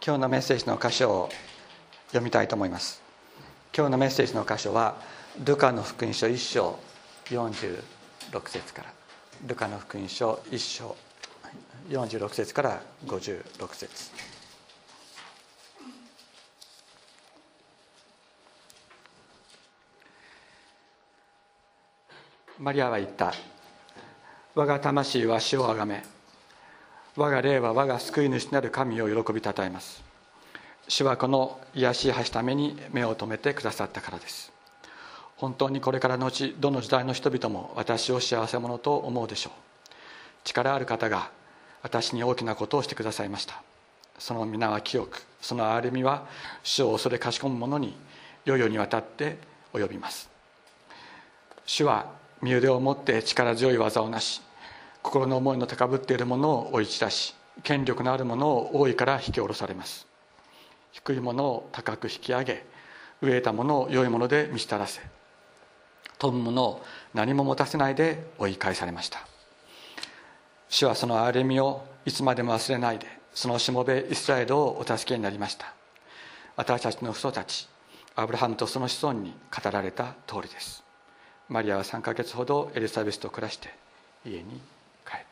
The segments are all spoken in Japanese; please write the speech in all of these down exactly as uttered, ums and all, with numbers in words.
今日のメッセージの箇所を読みたいと思います。今日のメッセージの箇所はルカの福音書いっ章よんじゅうろく節から、ルカの福音書いっ章よんじゅうろく節からごじゅうろく節。マリアは言った。我が魂は主をあがめ、我が霊は我が救い主なる神を喜びたたえます。主はこの癒しい橋ために目を留めてくださったからです。本当にこれからのちどの時代の人々も私を幸せ者と思うでしょう。力ある方が私に大きなことをしてくださいました。その皆は清く、その憐れみは主を恐れかしこむ者に世々にわたって及びます。主は身腕を持って力強い技をなし、心の思いの高ぶっている者を追い散らし、権力のある者を王位から引き下ろされます。低い者を高く引き上げ、飢えた者を良いもので満ち足らせ、富む者を何も持たせないで追い返されました。主はその憐れみをいつまでも忘れないで、そのしもべイスラエルをお助けになりました。私たちの父祖たちアブラハムとその子孫に語られた通りです。マリアはさんかげつほどエリザベスと暮らして家に帰った。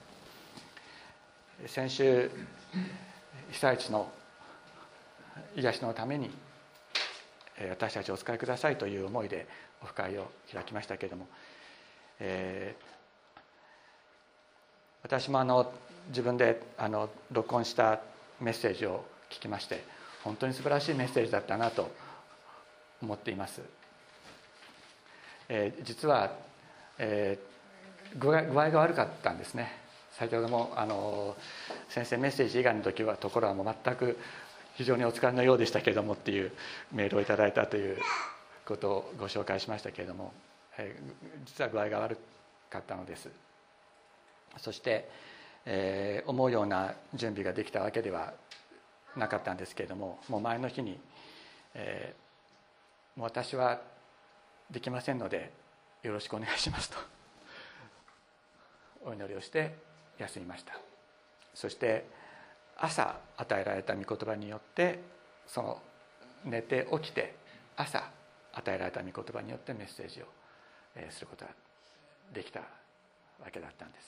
先週被災地の癒しのために私たちをお使いくださいという思いでオフ会を開きましたけれども、えー、私もあの自分であの録音したメッセージを聞きまして、本当に素晴らしいメッセージだったなと思っています。えー、実は、えー、具合、具合が悪かったんですね。先ほどもあの先生メッセージ以外の時はところはもう全く非常にお疲れのようでしたけれどもっていうメールをいただいたということをご紹介しましたけれども、えー、実は具合が悪かったのです。そして、えー、思うような準備ができたわけではなかったんですけれども、もう前の日に、えー、もう私はできませんのでよろしくお願いしますとお祈りをして休みました。そして朝与えられた御言葉によって、その寝て起きて朝与えられた御言葉によってメッセージをすることができたわけだったんです。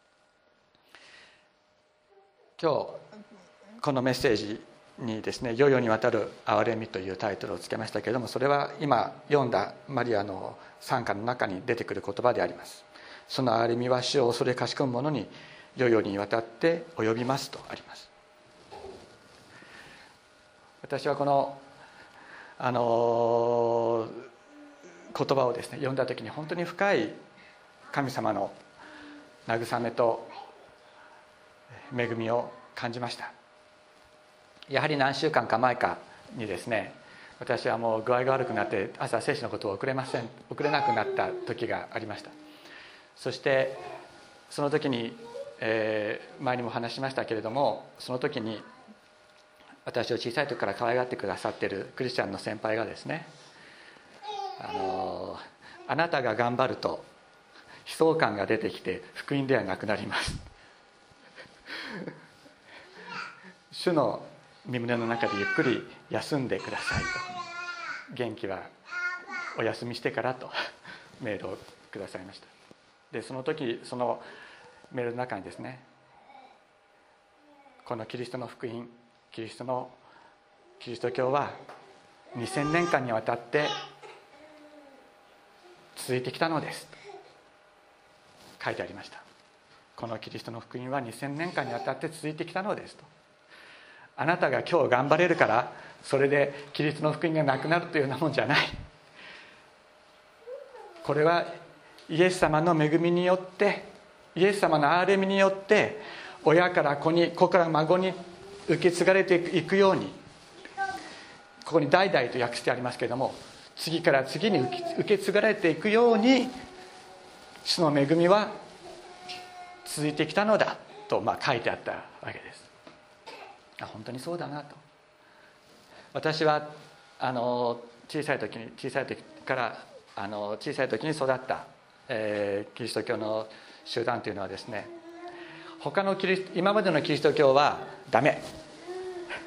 今日このメッセージにですね、世々にわたる憐れみというタイトルをつけましたけれども、それは今読んだマリアの賛歌の中に出てくる言葉であります。その憐れみは主を恐れかしこむ者に世々にわたって及びますとあります。私はこのあの言葉をですね読んだ時に本当に深い神様の慰めと恵みを感じました。やはり何週間か前かにですね、私はもう具合が悪くなって朝聖書のことを送れません送れなくなった時がありました。そしてその時に、えー、前にも話しましたけれども、その時に私を小さい時から可愛がってくださっているクリスチャンの先輩がですね、あのあなたが頑張ると悲壮感が出てきて福音ではなくなります主の身胸の中でゆっくり休んでくださいと、元気はお休みしてからとメールをくださいました。でその時そのメールの中にですね、このキリストの福音、キリストのキリスト教はにせんねんかんにわたって続いてきたのですと書いてありました。このキリストの福音はにせんねんかんにわたって続いてきたのですと。あなたが今日頑張れるからそれでキリストの福音がなくなるというようなもんじゃない。これはイエス様の恵みによって、イエス様の憐れみによって親から子に、子から孫に受け継がれていくように、ここに代々と訳してありますけれども、次から次に受け継がれていくように主の恵みは続いてきたのだと、まあ、書いてあったわけです。本当にそうだなと。私はあの小さい時に小さい時からあの小さい時に育った、えー、キリスト教の集団というのはですね、他のキリスト今までのキリスト教はダメ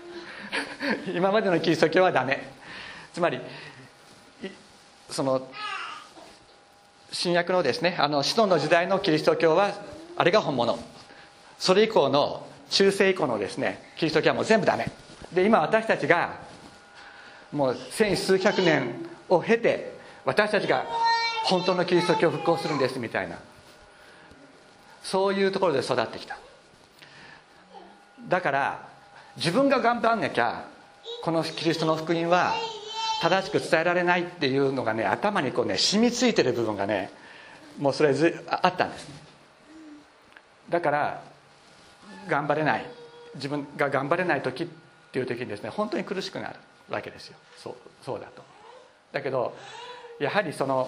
今までのキリスト教はダメ。つまりその新約のですね、あの使徒の時代のキリスト教はあれが本物、それ以降の中世以降のですねキリスト教はもう全部ダメで、今私たちがもう千数百年を経て私たちが本当のキリスト教を復興するんですみたいな、そういうところで育ってきた。だから自分が頑張んなきゃこのキリストの福音は正しく伝えられないっていうのがね、頭にこうね染みついてる部分がね、もうそれずあったんです。だから頑張れない、自分が頑張れない時っていう時にですね、本当に苦しくなるわけですよ。そうそうだと。だけどやはりその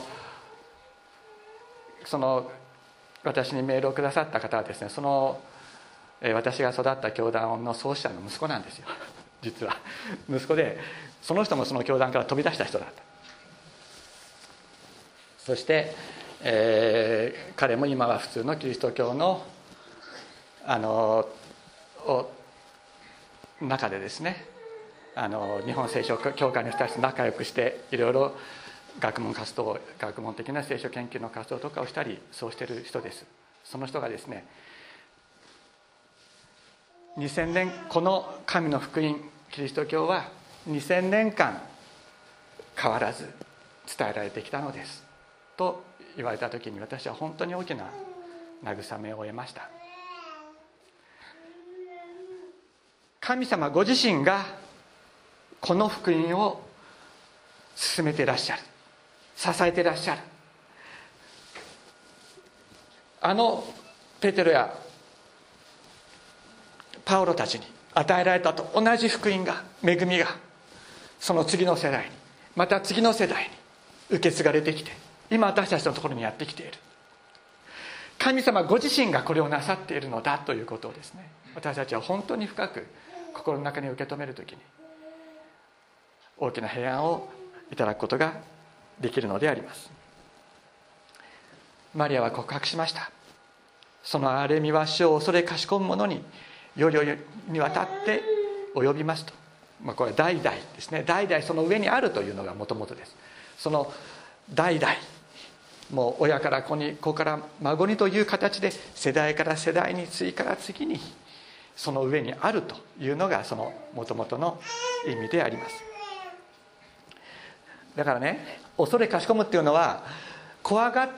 その私にメールをくださった方はですね、その私が育った教団の創始者の息子なんですよ。実は息子で、その人もその教団から飛び出した人だった。そして、えー、彼も今は普通のキリスト教のあの中でですね、あの日本聖書協会の人たちと仲良くしていろいろ学問活動、学問的な聖書研究の活動とかをしたり、そうしている人です。その人がですね、にせんねん、この神の福音キリスト教はにせんねんかん変わらず伝えられてきたのですと言われた時に、私は本当に大きな慰めを得ました。神様ご自身がこの福音を進めていらっしゃる、支えていらっしゃる。あのペテロやパウロたちに与えられたと同じ福音が、恵みがその次の世代に、また次の世代に受け継がれてきて、今私たちのところにやってきている。神様ご自身がこれをなさっているのだということをですね、私たちは本当に深く心の中に受け止めるときに大きな平安をいただくことができるのであります。マリアは告白しました。その憐れみは主を恐れかしこむ者に世々にわたって及びますと、まあ、これは代々ですね、代々その上にあるというのがもともとです。その代々、もう親から子に、子から孫にという形で世代から世代に、次から次にその上にあるというのがそのもともとの意味であります。だからね、恐れかしこむっていうのは怖がって、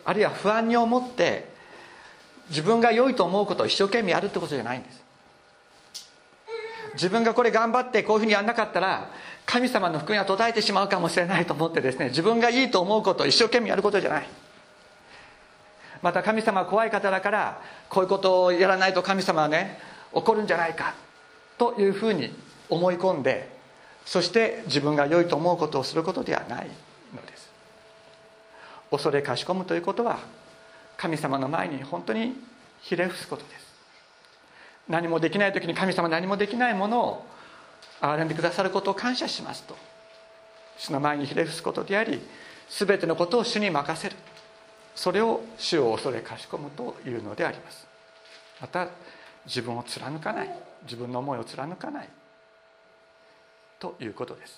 あるいは不安に思って自分が良いと思うことを一生懸命やるってことじゃないんです。自分がこれ頑張ってこういうふうにやらなかったら神様の福音は途絶えてしまうかもしれないと思ってですね、自分がいいと思うことを一生懸命やることじゃない。また神様は怖い方だからこういうことをやらないと神様はね怒るんじゃないかというふうに思い込んで、そして自分が良いと思うことをすることではないのです。恐れかしこむということは神様の前に本当にひれ伏すことです。何もできない時に神様何もできないものを憐れんでくださることを感謝しますと、主の前にひれ伏すことであり、全てのことを主に任せる、それを主を恐れかしこむというのであります。また自分を貫かない、自分の思いを貫かないということです。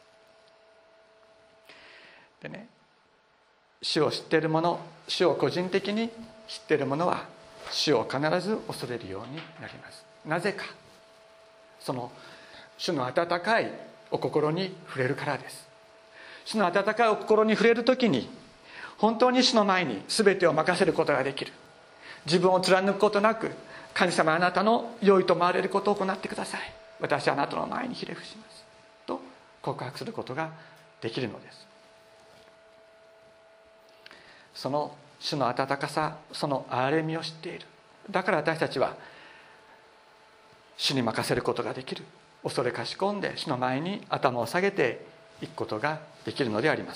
でね、主を知っている者、主を個人的に知っている者は主を必ず恐れるようになります。なぜか、その主の温かいお心に触れるからです。主の温かいお心に触れるときに本当に主の前に全てを任せることができる。自分を貫くことなく、神様あなたの良いと思われることを行ってください、私はあなたの前にひれ伏しますと告白することができるのです。その主の温かさ、その憐れみを知っている。だから私たちは主に任せることができる。恐れかしこんで主の前に頭を下げていくことができるのであります。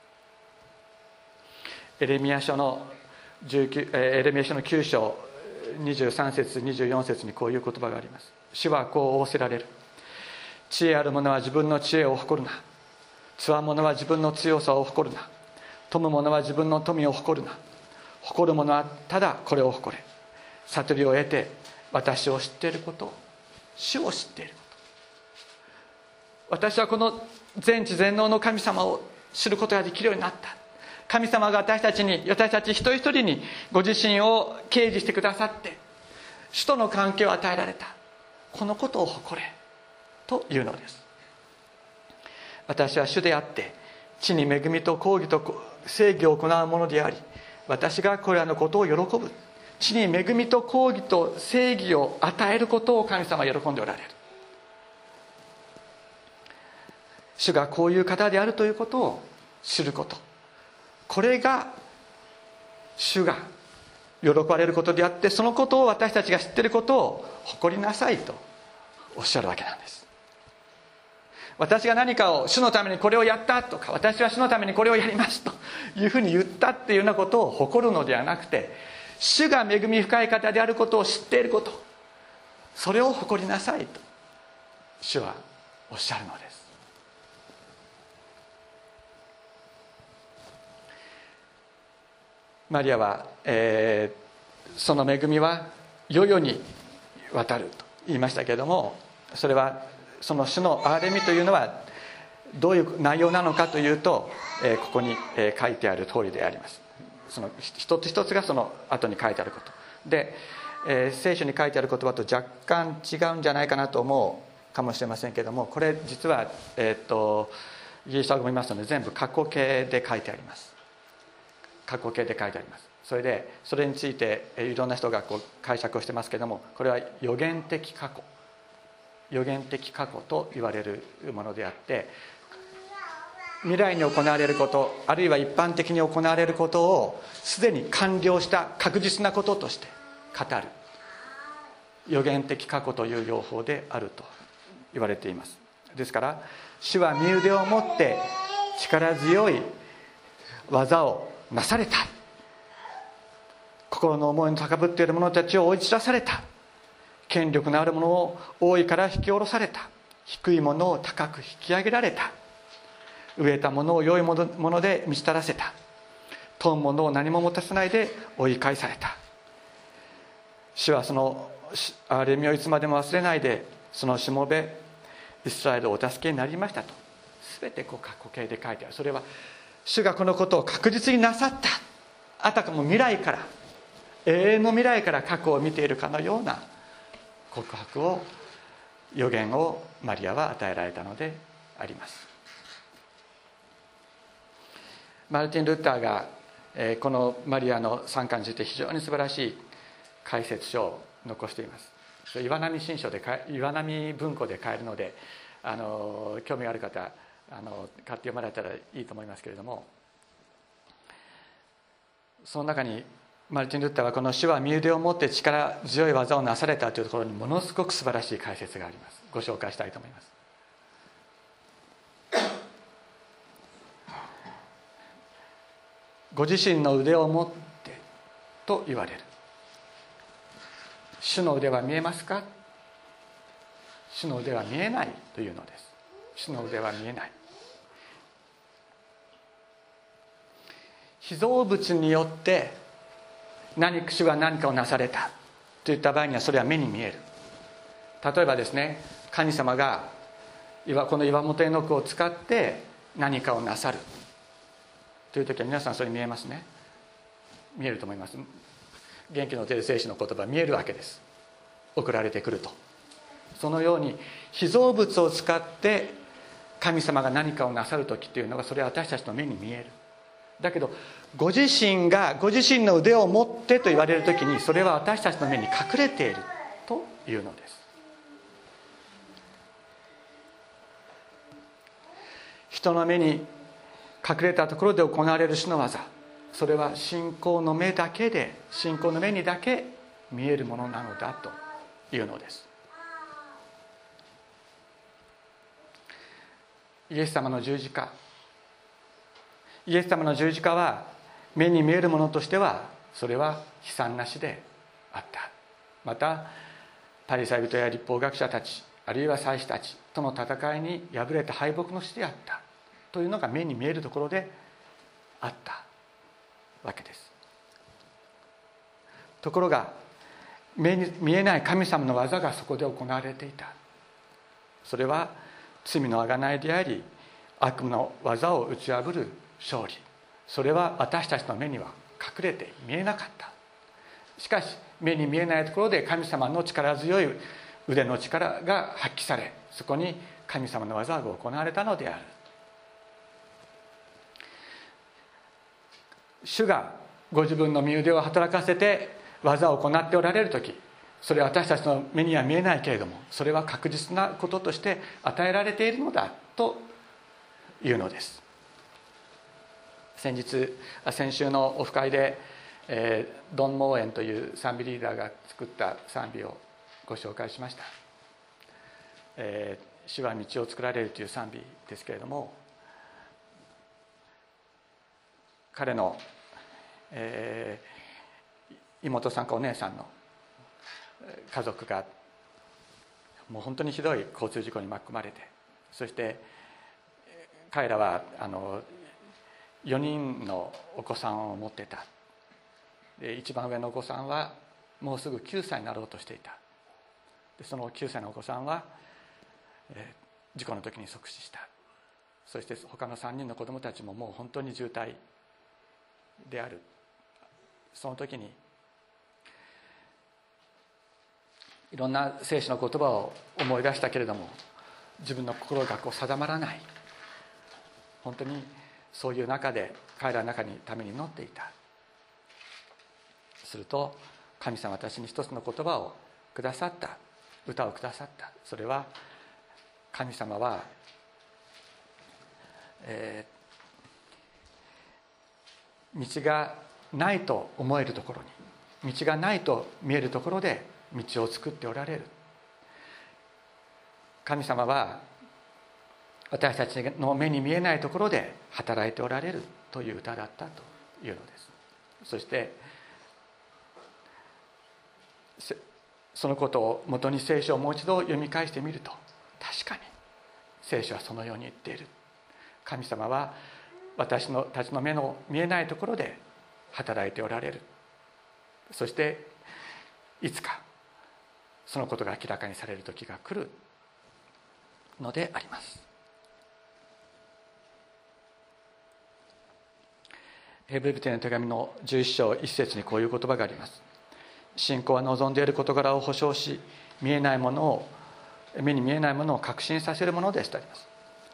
エレミヤ書の19エレミヤ書のきゅう章にじゅうさん節にじゅうよん節にこういう言葉があります。主はこう仰せられる。知恵ある者は自分の知恵を誇るな。強者は自分の強さを誇るな。富む者は自分の富を誇るな。誇る者はただこれを誇れ。悟りを得て私を知っていること、主を知っているこ私はこの全知全能の神様を知ることができるようになった。神様が私たちに、私たち一人一人にご自身を掲示してくださって主との関係を与えられた。このことを誇れというのです。私は主であって地に恵みと公義と正義を行うものであり、私がこれらのことを喜ぶ。地に恵みと公義と正義を与えることを神様は喜んでおられる。主がこういう方であるということを知ること、これが主が喜ばれることであって、そのことを私たちが知っていることを誇りなさいとおっしゃるわけなんです。私が何かを主のためにこれをやったとか、私は主のためにこれをやりますというふうに言ったっていうようなことを誇るのではなくて、主が恵み深い方であることを知っていること、それを誇りなさいと主はおっしゃるのです。マリアは、えー、その恵みは世々に渡ると言いましたけれども、それはその主の憐れみというのはどういう内容なのかというと、えー、ここに、えー、書いてある通りであります。その一つ一つがその後に書いてあることで、えー、聖書に書いてある言葉と若干違うんじゃないかなと思うかもしれませんけれども、これ実は、えー、とギリシャ語も見ますので全部括弧形で書いてあります。括弧形で書いてあります。それでそれについていろんな人がこう解釈をしてますけれども、これは予言的過去、予言的過去と言われるものであって、未来に行われること、あるいは一般的に行われることをすでに完了した確実なこととして語る予言的過去という用法であると言われています。ですから主は身腕を持って力強い技をなされた、心の思いの高ぶっている者たちを追い散らされた、権力のある者を王位から引き下ろされた、低い者を高く引き上げられた、飢えた者を良いもので満ち足らせた、富む者を何も持たせないで追い返された。主はその憐れみをいつまでも忘れないで、そのしもべイスラエルをお助けになりましたと、全てこう括弧形で書いてある。それは主がこのことを確実になさった、あたかも未来から、永遠の未来から過去を見ているかのような告白を、予言をマリアは与えられたのであります。マルティン・ルッターがこのマリアの賛歌について非常に素晴らしい解説書を残しています。岩波新書で、岩波文庫で買えるので、あの興味がある方、あの買って読まれたらいいと思いますけれども、その中にマルティン・ルッターはこの主は身腕を持って力強い技をなされたというところにものすごく素晴らしい解説があります。ご紹介したいと思います。ご自身の腕を持ってと言われる。主の腕は見えますか？主の腕は見えないというのです。主の腕は見えない。被造物によって何主が何かをなされたといった場合にはそれは目に見える。例えばですね、神様がこの岩本絵の具を使って何かをなさるという時は皆さんそれ見えますね。見えると思います。元気の出る聖書の言葉見えるわけです。送られてくると。そのように被造物を使って神様が何かをなさる時っていうのが、それは私たちの目に見える。だけどご自身がご自身の腕を持ってと言われる時に、それは私たちの目に隠れているというのです。人の目に隠れたところで行われる主の技、それは信仰の目だけで、信仰の目にだけ見えるものなのだというのです。イエス様の十字架、イエス様の十字架は目に見えるものとしてはそれは悲惨な死であった。またパリサイ人や律法学者たち、あるいは祭司たちとの戦いに敗れた敗北の死であったというのが目に見えるところであったわけです。ところが目に見えない神様の技がそこで行われていた。それは罪の贖いであり、悪の技を打ち破る勝利、それは私たちの目には隠れて見えなかった。しかし目に見えないところで神様の力強い腕の力が発揮され、そこに神様の技が行われたのである。主がご自分の身腕を働かせて技を行っておられる時、それは私たちの目には見えないけれども、それは確実なこととして与えられているのだというのです。先日先週のオフ会で、えー、ドン・モーエンという賛美リーダーが作った賛美をご紹介しました。えー、主は道を作られるという賛美ですけれども、彼の、えー、妹さんかお姉さんの家族がもう本当にひどい交通事故に巻き込まれて、そして彼らはあのよにんのお子さんを持っていた。で一番上のお子さんはもうすぐきゅうさいになろうとしていた。でそのきゅうさいのお子さんは、えー、事故の時に即死した。そして他のさんにんの子どもたちももう本当に重体である。その時にいろんな聖書の言葉を思い出したけれども、自分の心がこう定まらない。本当にそういう中で彼らの中にために祈っていた。すると神様は私に一つの言葉をくださった、歌をくださった。それは神様は、えー、道がないと思えるところに、道がないと見えるところで道を作っておられる。神様は私たちの目に見えないところで働いておられるという歌だったというのです。そしてそのことをもとに聖書をもう一度読み返してみると、確かに聖書はそのように言っている。神様は私のたちの目の見えないところで働いておられる。そしていつかそのことが明らかにされる時が来るのであります。ヘブル人への手紙のじゅういっ章いち節にこういう言葉があります。信仰は望んでいる事柄を保証し、見えないものを目に見えないものを確信させるものですとあります。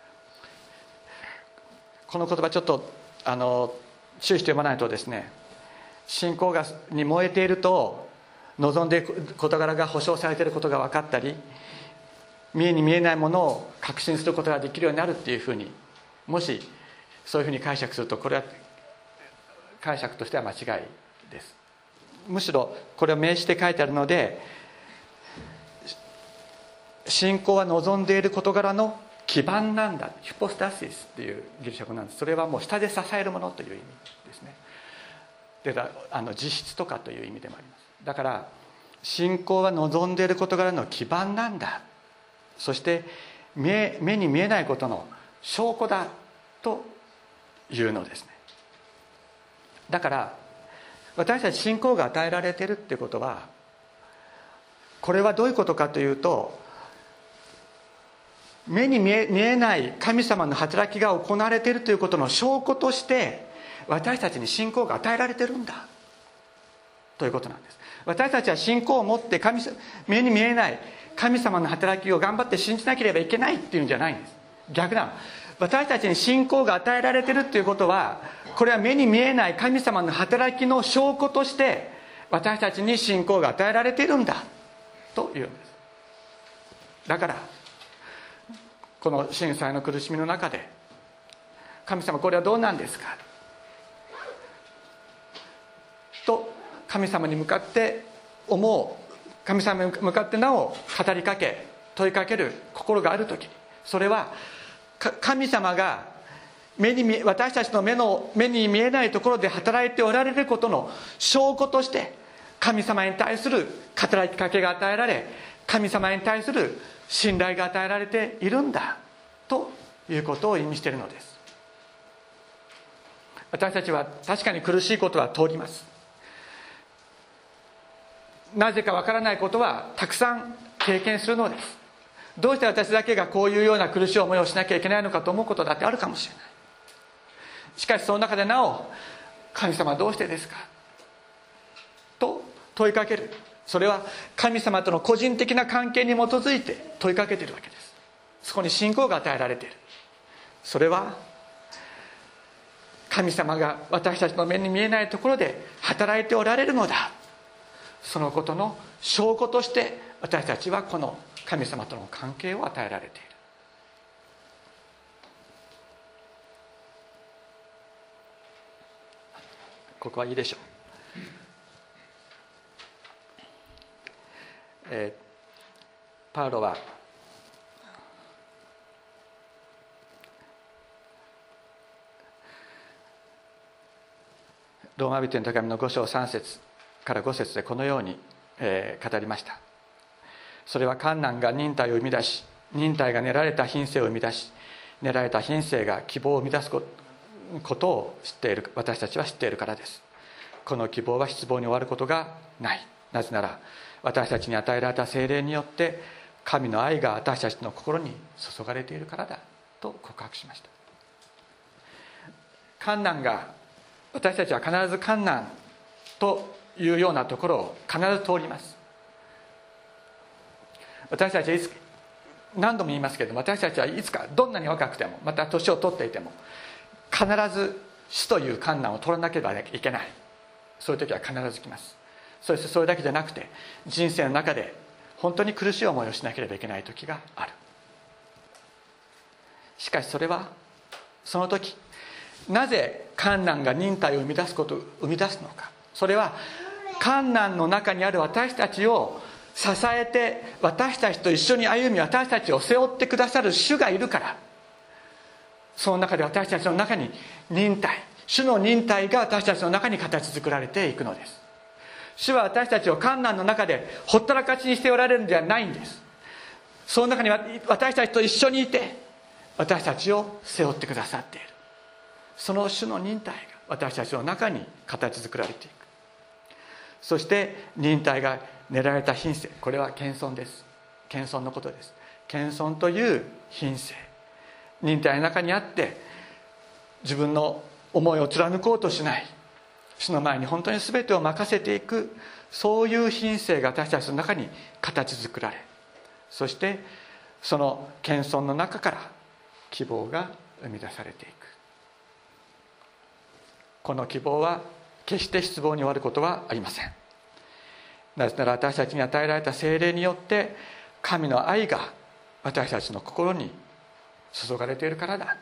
この言葉ちょっとあの注意して読まないとですね、信仰がに燃えていると望んでいる事柄が保証されていることが分かったり、見えに見えないものを確信することができるようになるっていうふうに、もしそういうふうに解釈すると、これは解釈としては間違いです。むしろこれを名詞で書いてあるので、信仰は望んでいる事柄の基盤なんだ、ヒポスタシスっていうギリシャ語なんです。それはもう下で支えるものという意味ですね。であの実質とかという意味でもあります。だから信仰は望んでいる事柄の基盤なんだ、そして目目に見えないことの証拠だというのですね。だから私たち信仰が与えられているっていうことは、これはどういうことかというと、目に見 え, 見えない神様の働きが行われているということの証拠として私たちに信仰が与えられているんだということなんです。私たちは信仰を持って神目に見えない神様の働きを頑張って信じなければいけないっていうんじゃないんです。逆なの。私たちに信仰が与えられているということは、これは目に見えない神様の働きの証拠として私たちに信仰が与えられているんだというんです。だからこの震災の苦しみの中で、神様これはどうなんですかと神様に向かって思う、神様に向かってなお語りかけ問いかける心があるときに、それは神様が目に見私たちの目の目に見えないところで働いておられることの証拠として、神様に対する語りかけが与えられ、神様に対する信頼が与えられているんだということを意味しているのです。私たちは確かに苦しいことは通ります。なぜかわからないことはたくさん経験するのです。 どうして私だけがこういうような苦しい思いをしなきゃいけないのかと思うことだってあるかもしれない。しかしその中でなお、神様どうしてですかと問いかける。それは神様との個人的な関係に基づいて問いかけているわけです。そこに信仰が与えられている。それは神様が私たちの目に見えないところで働いておられるのだ、そのことの証拠として私たちはこの神様との関係を与えられている。ここはいいでしょう。えー、パウロはローマ人への手紙のご章さん節からご節でこのように、えー、語りました。それは患難が忍耐を生み出し、忍耐が練られた品性を生み出し、練られた品性が希望を生み出すことを知っている、私たちは知っているからです。この希望は失望に終わることがない。なぜなら私たちに与えられた聖霊によって神の愛が私たちの心に注がれているからだと告白しました。患難が、私たちは必ず患難というようなところを必ず通ります。私たちはいつ、何度も言いますけれども、私たちはいつかどんなに若くても、また年を取っていても必ず死という患難を取らなければいけない。そういう時は必ず来ます。そしてそれだけじゃなくて、人生の中で本当に苦しい思いをしなければいけない時がある。しかしそれは、その時なぜ患難が忍耐を生み出すことを生み出すのか。それは患難の中にある私たちを支えて、私たちと一緒に歩み、私たちを背負ってくださる主がいるから。その中で私たちの中に忍耐、主の忍耐が私たちの中に形作られていくのです。主は私たちを患難の中でほったらかしにしておられるんではないんです。その中には私たちと一緒にいて、私たちを背負ってくださっている。その主の忍耐が私たちの中に形作られていく。そして忍耐が練られた品性、これは謙遜です。謙遜のことです。謙遜という品性、忍耐の中にあって自分の思いを貫こうとしない、主の前に本当に全てを任せていく、そういう品性が私たちの中に形作られ、そしてその謙遜の中から希望が生み出されていく。この希望は決して失望に終わることはありません。なぜなら私たちに与えられた聖霊によって神の愛が私たちの心に注がれているからだ。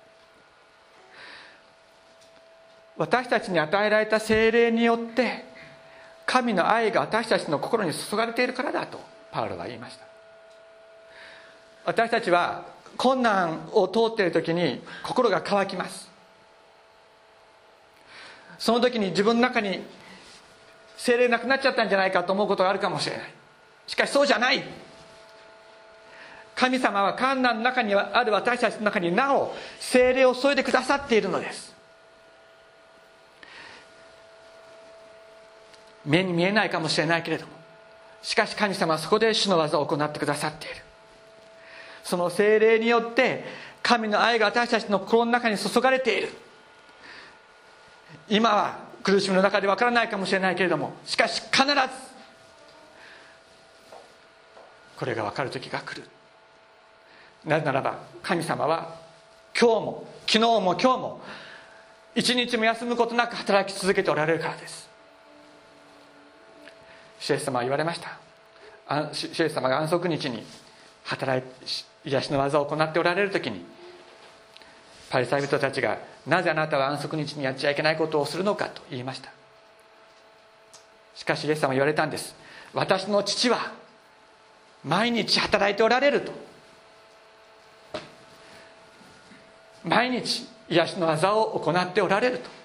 私たちに与えられた聖霊によって神の愛が私たちの心に注がれているからだとパウロは言いました。私たちは困難を通っている時に心が渇きます。その時に自分の中に聖霊なくなっちゃったんじゃないかと思うことがあるかもしれない。しかしそうじゃない。神様は困難の中にある私たちの中になお聖霊を注いでくださっているのです。目に見えないかもしれないけれども、しかし神様はそこで主の技を行ってくださっている。その聖霊によって神の愛が私たちの心の中に注がれている。今は苦しみの中でわからないかもしれないけれども、しかし必ずこれがわかる時が来る。なぜならば神様は今日も昨日も今日も一日も休むことなく働き続けておられるからです。主イエス様は言われました。主イエス様が安息日に働い癒しの技を行っておられる時に、パリサイ人たちがなぜあなたは安息日にやっちゃいけないことをするのかと言いました。しかしイエス様は言われたんです。私の父は毎日働いておられると。毎日癒しの技を行っておられると。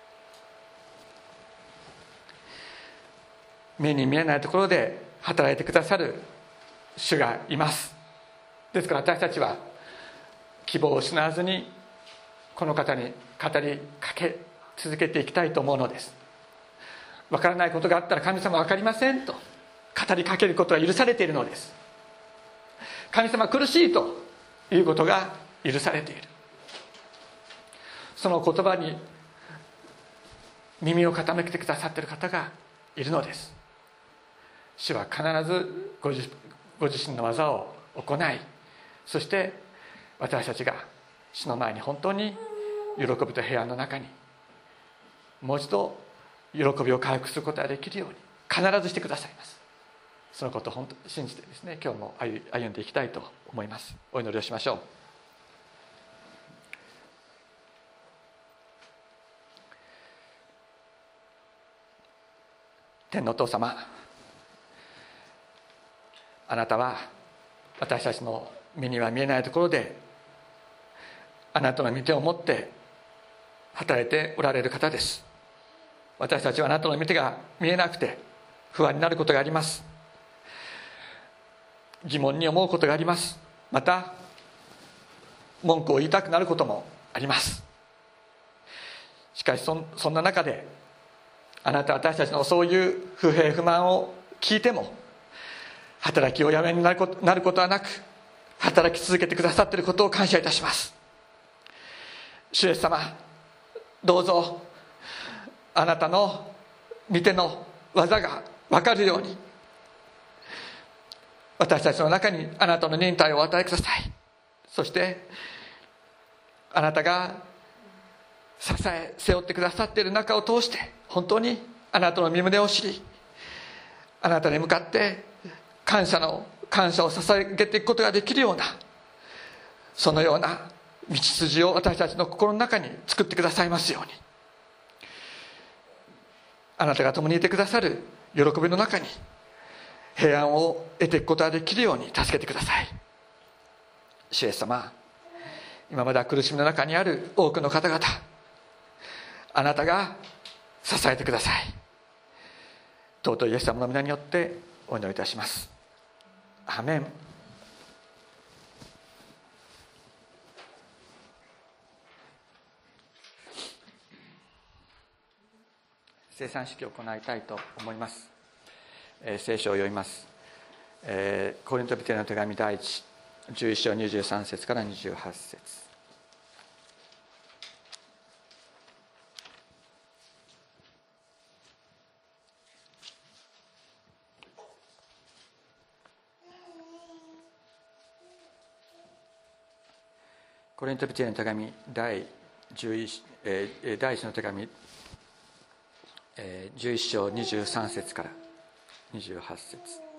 目に見えないところで働いてくださる主がいます。ですから私たちは希望を失わずにこの方に語りかけ続けていきたいと思うのです。分からないことがあったら神様分かりませんと語りかけることは許されているのです。 神様苦しいということが許されている。その言葉に耳を傾けてくださっている方がいるのです。主は必ずご 自, ご自身の技を行い、そして私たちが主の前に本当に喜びと平安の中にもう一度喜びを回復することができるように必ずしてくださいます。そのことを本当に信じてですね、今日も歩んでいきたいと思います。お祈りをしましょう。天のお父様、あなたは私たちの目には見えないところであなたの御手を持って働いておられる方です。私たちはあなたの御手が見えなくて不安になることがあります。疑問に思うことがあります。また文句を言いたくなることもあります。しかし そ, そんな中であなたは私たちのそういう不平不満を聞いても働きをやめになることなることはなく、働き続けてくださっていることを感謝いたします。主イエス様、どうぞあなたの御手の技が分かるように私たちの中にあなたの忍耐をお与えください。そしてあなたが支え背負ってくださっている中を通して本当にあなたの身胸を知り、あなたに向かって感謝の感謝を捧げていくことができるような、そのような道筋を私たちの心の中に作ってくださいますように、あなたが共にいてくださる喜びの中に平安を得ていくことができるように助けてください。主イエス様、今まで苦しみの中にある多くの方々、あなたが支えてください。尊いイエス様の皆によってお祈りいたします。アーメン。聖餐式を行いたいと思います。えー、聖書を読みます。えー、コリント人への手紙第一じゅういっ章にじゅうさん節からにじゅうはち節。コリント人への手紙第じゅういち、えー、第一の手紙、えー、じゅういっ章にじゅうさん節からにじゅうはち節。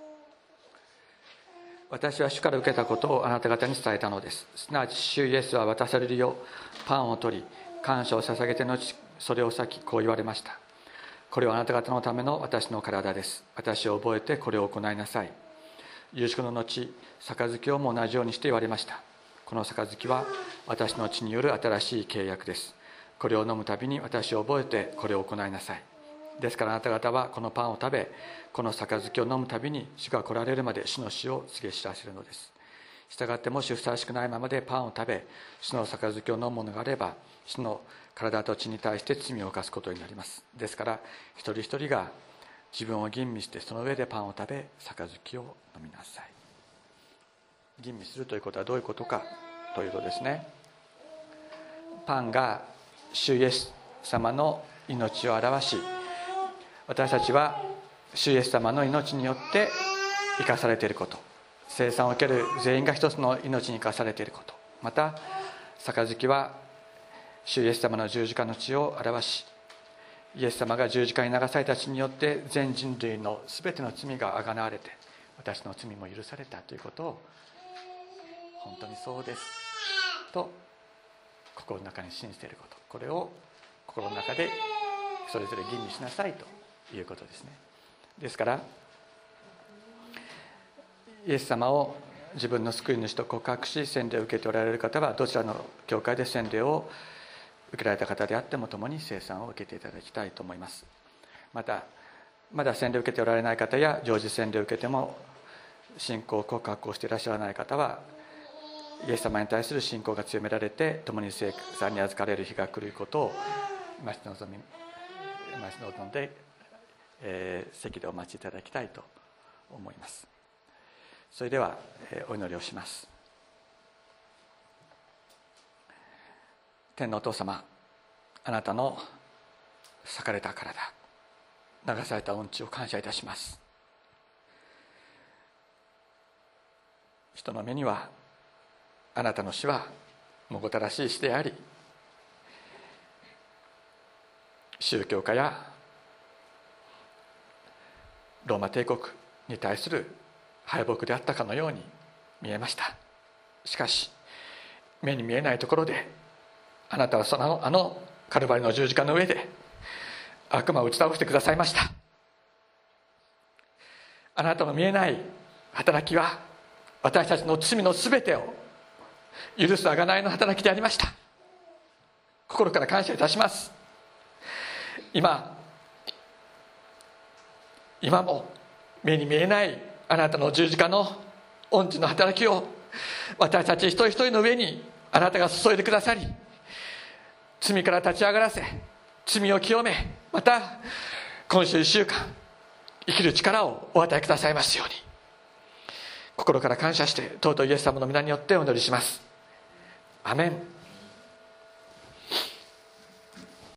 私は主から受けたことをあなた方に伝えたのです。すなわち主イエスは渡されるよパンを取り感謝を捧げて後それを裂きこう言われました。これはあなた方のための私の体です。私を覚えてこれを行いなさい。夕食の後杯をも同じようにして言われました。この杯は私の血による新しい契約です。これを飲むたびに私を覚えてこれを行いなさい。ですからあなた方はこのパンを食べこの杯を飲むたびに主が来られるまで主の死を告げ知らせるのです。したがってもしふさわしくないままでパンを食べ主の杯を飲むものがあれば主の体と血に対して罪を犯すことになります。ですから一人一人が自分を吟味してその上でパンを食べ杯を飲みなさい。吟味するということはどういうことかというとですね、パンが主イエス様の命を表し、私たちは主イエス様の命によって生かされていること、生産を受ける全員が一つの命に生かされていること、また杯は主イエス様の十字架の血を表し、イエス様が十字架に流された血によって全人類の全ての罪があがなわれて私の罪も許されたということを本当にそうですと心の中に信じていること、これを心の中でそれぞれ吟味しなさいということですね。ですからイエス様を自分の救い主と告白し洗礼を受けておられる方はどちらの教会で洗礼を受けられた方であっても共に聖餐を受けていただきたいと思います。またまだ洗礼を受けておられない方や常時洗礼を受けても信仰告白をしていらっしゃらない方はイエス様に対する信仰が強められて共に聖餐に預かれる日が来ることを待ち望み待ち望んで、えー、席でお待ちいただきたいと思います。 それではお祈りをします。天のお父様、あなたの裂かれた体、流された御血を感謝いたします。人の目にはあなたの死はもごたらしい死であり、宗教家やローマ帝国に対する敗北であったかのように見えました。しかし目に見えないところであなたはそのあのカルバリの十字架の上で悪魔を打ち倒してくださいました。あなたの見えない働きは私たちの罪のすべてを許す贖いの働きでありました。心から感謝いたします。今今も目に見えないあなたの十字架の御血の働きを私たち一人一人の上にあなたが注いでくださり、罪から立ち上がらせ、罪を清め、また今週一週間生きる力をお与えくださいますように、心から感謝して尊いイエス様の皆によってお祈りします。アメン。